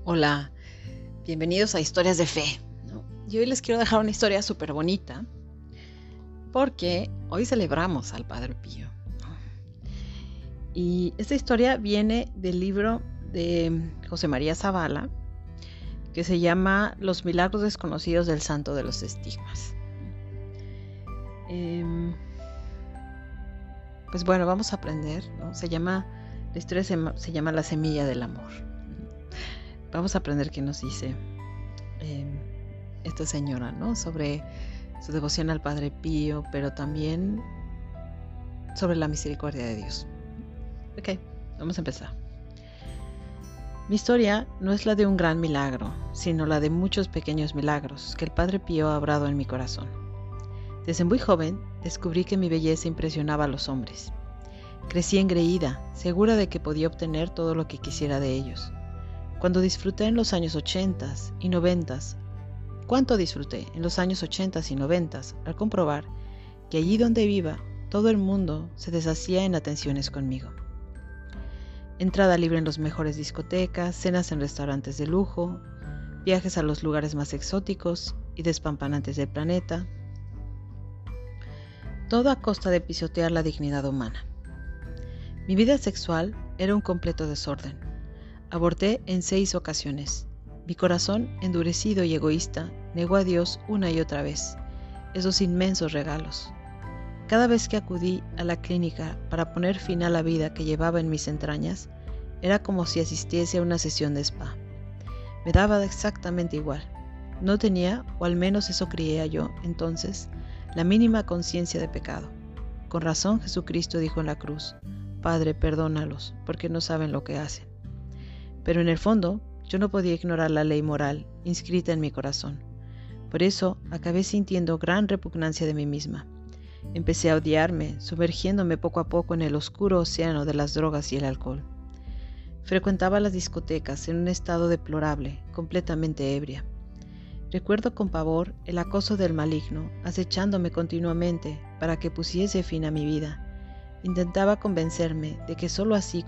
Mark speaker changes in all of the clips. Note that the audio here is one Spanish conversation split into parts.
Speaker 1: Hola, bienvenidos a Historias de Fe, ¿no? Y hoy les quiero dejar una historia súper bonita porque hoy celebramos al Padre Pío, ¿no? Y esta historia viene del libro de José María Zavala que se llama Los milagros desconocidos del Santo de los Estigmas. Pues bueno, vamos a aprender, ¿no? La historia se llama La Semilla del Amor. Vamos a aprender qué nos dice esta señora, ¿no? Sobre su devoción al Padre Pío, pero también sobre la misericordia de Dios. Ok, vamos a empezar. Mi historia no es la de un gran milagro, sino la de muchos pequeños milagros que el Padre Pío ha obrado en mi corazón. Desde muy joven descubrí que mi belleza impresionaba a los hombres. Crecí engreída, segura de que podía obtener todo lo que quisiera de ellos. Cuando disfruté en los años 80 y 90, cuánto disfruté en los años 80 y 90 al comprobar que allí donde iba, todo el mundo se deshacía en atenciones conmigo. Entrada libre en las mejores discotecas, cenas en restaurantes de lujo, viajes a los lugares más exóticos y despampanantes del planeta, todo a costa de pisotear la dignidad humana. Mi vida sexual era un completo desorden. Aborté en 6 ocasiones. Mi corazón, endurecido y egoísta, negó a Dios una y otra vez esos inmensos regalos. Cada vez que acudí a la clínica para poner fin a la vida que llevaba en mis entrañas, era como si asistiese a una sesión de spa. Me daba exactamente igual. No tenía, o al menos eso creía yo entonces, la mínima conciencia de pecado. Con razón Jesucristo dijo en la cruz: Padre, perdónalos, porque no saben lo que hacen. Pero en el fondo, yo no podía ignorar la ley moral inscrita en mi corazón. Por eso acabé sintiendo gran repugnancia de mí misma. Empecé a odiarme, sumergiéndome poco a poco en el oscuro océano de las drogas y el alcohol. Frecuentaba las discotecas en un estado deplorable, completamente ebria. Recuerdo con pavor el acoso del maligno, acechándome continuamente para que pusiese fin a mi vida. Intentaba convencerme de que sólo así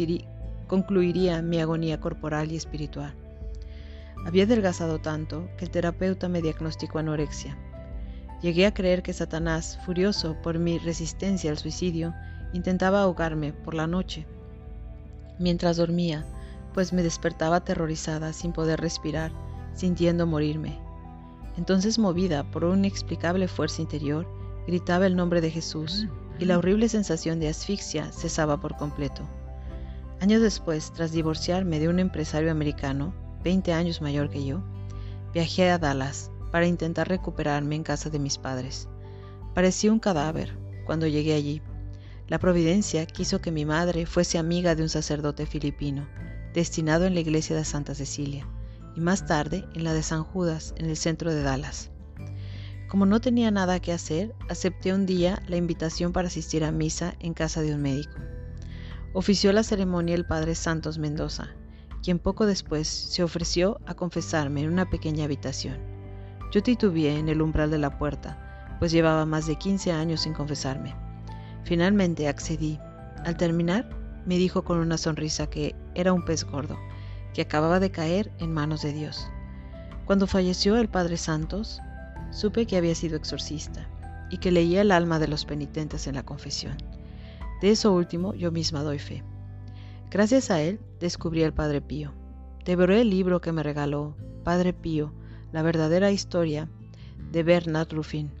Speaker 1: concluiría mi agonía corporal y espiritual. Había adelgazado tanto que el terapeuta me diagnosticó anorexia. Llegué a creer que Satanás, furioso por mi resistencia al suicidio, intentaba ahogarme por la noche, mientras dormía, pues me despertaba aterrorizada sin poder respirar, sintiendo morirme. Entonces, movida por una inexplicable fuerza interior, gritaba el nombre de Jesús y la horrible sensación de asfixia cesaba por completo. Años después, tras divorciarme de un empresario americano, 20 años mayor que yo, viajé a Dallas para intentar recuperarme en casa de mis padres. Parecía un cadáver cuando llegué allí. La providencia quiso que mi madre fuese amiga de un sacerdote filipino, destinado en la iglesia de Santa Cecilia, y más tarde en la de San Judas, en el centro de Dallas. Como no tenía nada que hacer, acepté un día la invitación para asistir a misa en casa de un médico. Ofició la ceremonia el padre Santos Mendoza, quien poco después se ofreció a confesarme en una pequeña habitación. Yo titubeé en el umbral de la puerta, pues llevaba más de 15 años sin confesarme. Finalmente accedí. Al terminar, me dijo con una sonrisa que era un pez gordo, que acababa de caer en manos de Dios. Cuando falleció el padre Santos, supe que había sido exorcista y que leía el alma de los penitentes en la confesión. De eso último yo misma doy fe. Gracias a él descubrí al Padre Pío. Devoré el libro que me regaló, Padre Pío, la verdadera historia, de Bernard Ruffin.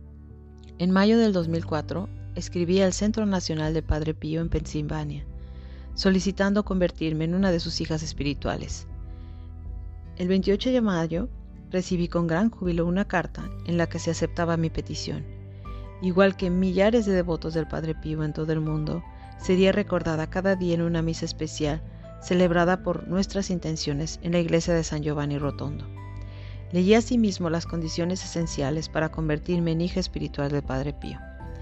Speaker 1: En mayo del 2004 escribí al Centro Nacional de Padre Pío en Pensilvania, solicitando convertirme en una de sus hijas espirituales. El 28 de mayo recibí con gran júbilo una carta en la que se aceptaba mi petición. Igual que millares de devotos del Padre Pío en todo el mundo, sería recordada cada día en una misa especial celebrada por nuestras intenciones en la iglesia de San Giovanni Rotondo. Leí asimismo las condiciones esenciales para convertirme en hija espiritual del Padre Pío.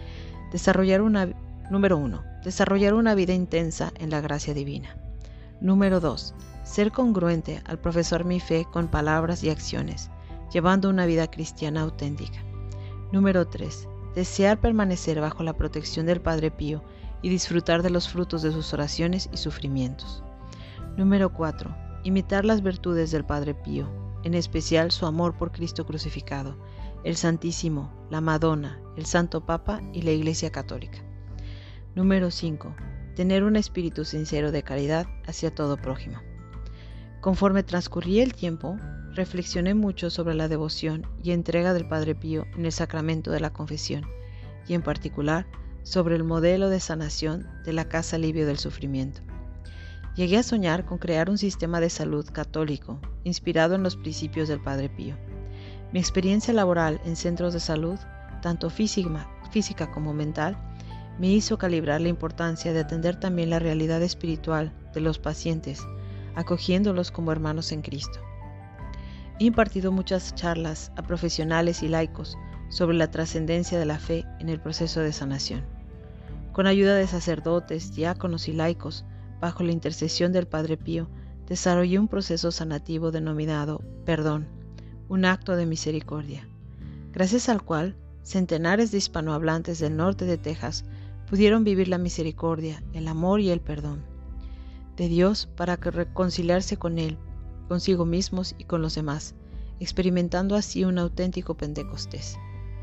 Speaker 1: Número 1. Desarrollar una vida intensa en la gracia divina. Número 2. Ser congruente al profesar mi fe con palabras y acciones, llevando una vida cristiana auténtica. Número 3. Desear permanecer bajo la protección del Padre Pío y disfrutar de los frutos de sus oraciones y sufrimientos. Número 4. imitar las virtudes del Padre Pío, en especial su amor por Cristo crucificado, el Santísimo, la Madonna, el Santo Papa y la Iglesia Católica. Número 5. Tener un espíritu sincero de caridad hacia todo prójimo. Conforme transcurría el tiempo, reflexioné mucho sobre la devoción y entrega del Padre Pío en el sacramento de la confesión, y en particular sobre el modelo de sanación de la Casa Alivio del Sufrimiento. Llegué a soñar con crear un sistema de salud católico inspirado en los principios del Padre Pío. Mi experiencia laboral en centros de salud, tanto física como mental, me hizo calibrar la importancia de atender también la realidad espiritual de los pacientes, acogiéndolos como hermanos en Cristo. He impartido muchas charlas a profesionales y laicos sobre la trascendencia de la fe en el proceso de sanación. Con ayuda de sacerdotes, diáconos y laicos, bajo la intercesión del Padre Pío, desarrollé un proceso sanativo denominado perdón, un acto de misericordia, gracias al cual centenares de hispanohablantes del norte de Texas pudieron vivir la misericordia, el amor y el perdón de Dios para reconciliarse con Él, consigo mismos y con los demás, experimentando así un auténtico Pentecostés.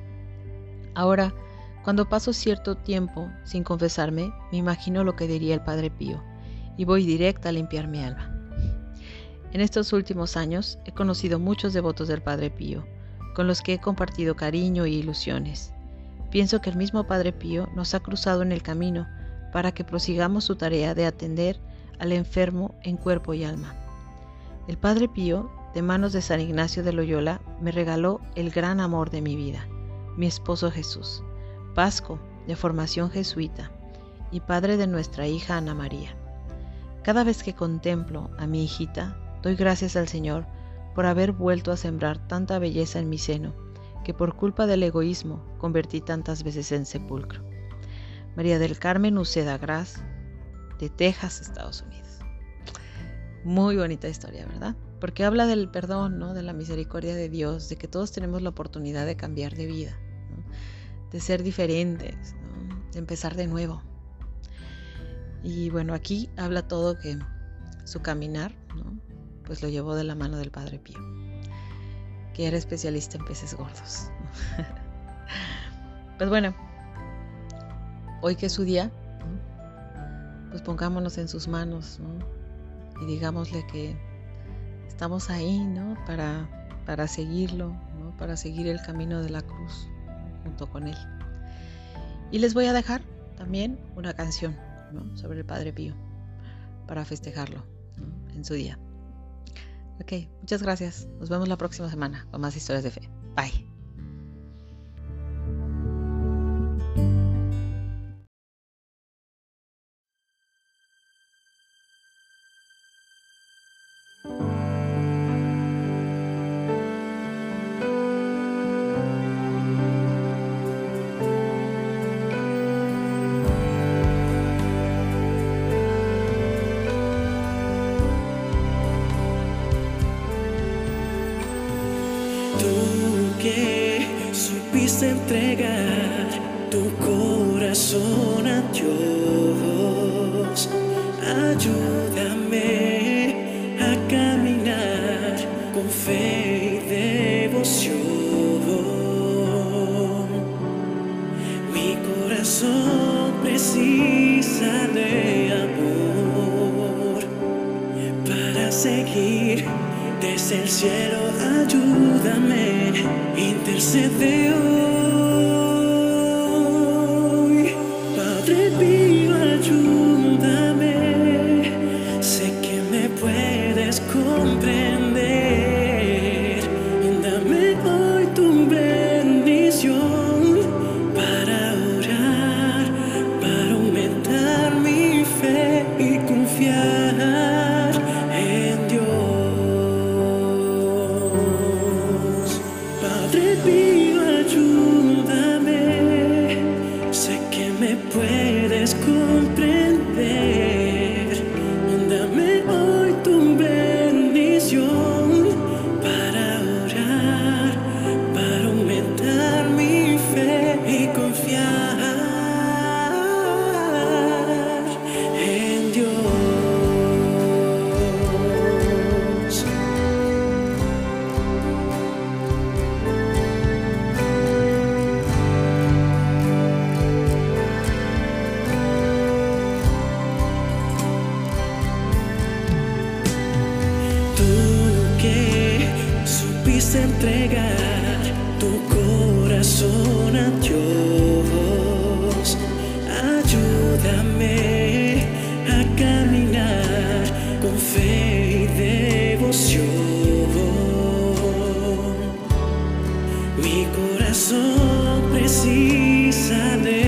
Speaker 1: Ahora, cuando paso cierto tiempo sin confesarme, me imagino lo que diría el Padre Pío y voy directa a limpiar mi alma. En estos últimos años he conocido muchos devotos del Padre Pío, con los que he compartido cariño y ilusiones. Pienso que el mismo Padre Pío nos ha cruzado en el camino para que prosigamos su tarea de atender al enfermo en cuerpo y alma. El Padre Pío, de manos de San Ignacio de Loyola, me regaló el gran amor de mi vida, mi esposo Jesús, vasco de formación jesuita y padre de nuestra hija Ana María. Cada vez que contemplo a mi hijita, doy gracias al Señor por haber vuelto a sembrar tanta belleza en mi seno, que por culpa del egoísmo convertí tantas veces en sepulcro. María del Carmen Uceda Gras, de Texas, Estados Unidos. Muy bonita historia, ¿verdad? Porque habla del perdón, ¿no? De la misericordia de Dios, de que todos tenemos la oportunidad de cambiar de vida, ¿no? De ser diferentes, ¿no? De empezar de nuevo. Y bueno, aquí habla todo que su caminar, ¿no? Pues lo llevó de la mano del Padre Pío, que era especialista en peces gordos, ¿no? Pues bueno, hoy que es su día, ¿no? Pues pongámonos en sus manos, ¿no? Y digámosle que estamos ahí, ¿no? Para seguirlo, ¿no? Para seguir el camino de la cruz, ¿no? Junto con él. Y les voy a dejar también una canción, ¿no? Sobre el Padre Pío para festejarlo, ¿no? En su día. Ok, muchas gracias. Nos vemos la próxima semana con más historias de fe. Bye.
Speaker 2: Tú que supiste entregar tu corazón a Dios, ayúdame a caminar con fe y devoción. Mi corazón precisa de amor para seguir. Desde el cielo ayúdame, intercede hoy. Padre Pío, ayúdame, sé que me puedes comprender. Dame hoy tu bendición para orar, para aumentar mi fe y confiar en Dios. Padre Pío, ayúdame. entregar tu corazón a Dios. Ayúdame a caminar con fe y devoción. Mi corazón precisa de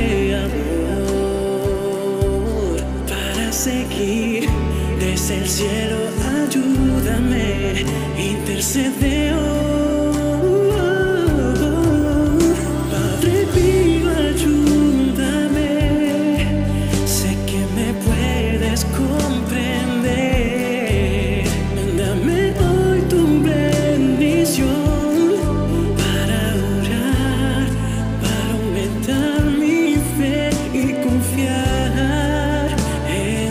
Speaker 2: amor para seguir desde el cielo. Ayúdame, intercede hoy. Padre mío, ayúdame. Sé que me puedes comprender. Dame hoy tu bendición para orar, para aumentar mi fe y confiar en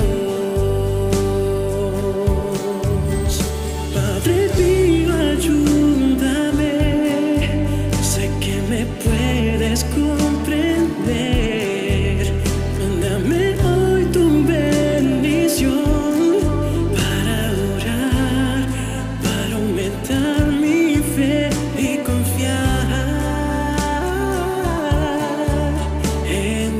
Speaker 2: Dios. Padre mío, ayúdame. Sé que me puedes comprender. Dame hoy tu bendición para orar, para aumentar mi fe y confiar en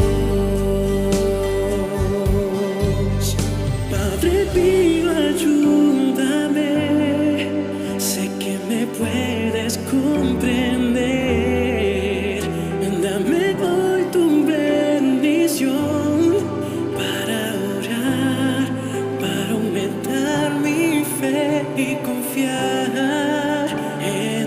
Speaker 2: Dios. Padre mío, ayúdame. Sé que me puedes comprender. Dame hoy tu bendición para orar, para aumentar mi fe y confiar en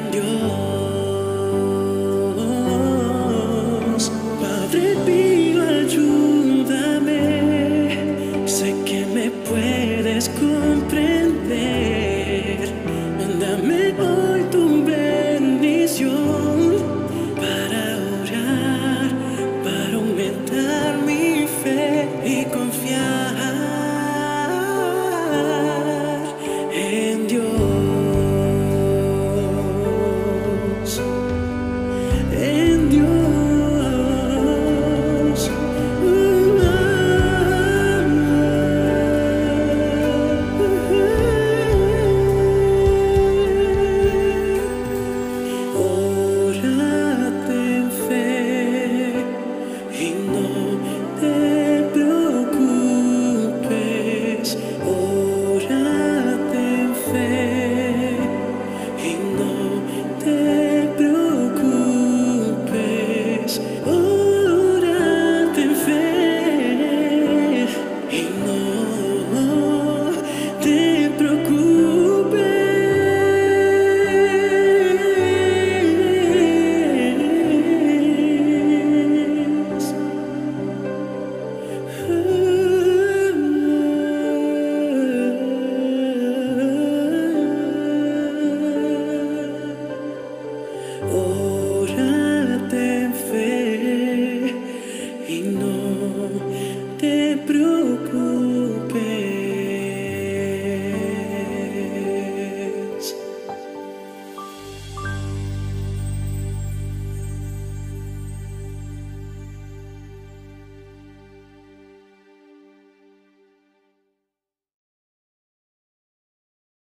Speaker 2: Dios. Padre mío, ayúdame. Sé que me puedes comprender. Dame hoy tu bendición para orar, para aumentar mi fe y confiar en Dios. En Dios. Órate en fe y no te preocupes. Órate en fe y no te preocupes. Órate en fe y no te preocupes. Órate en fe y no te preocupes.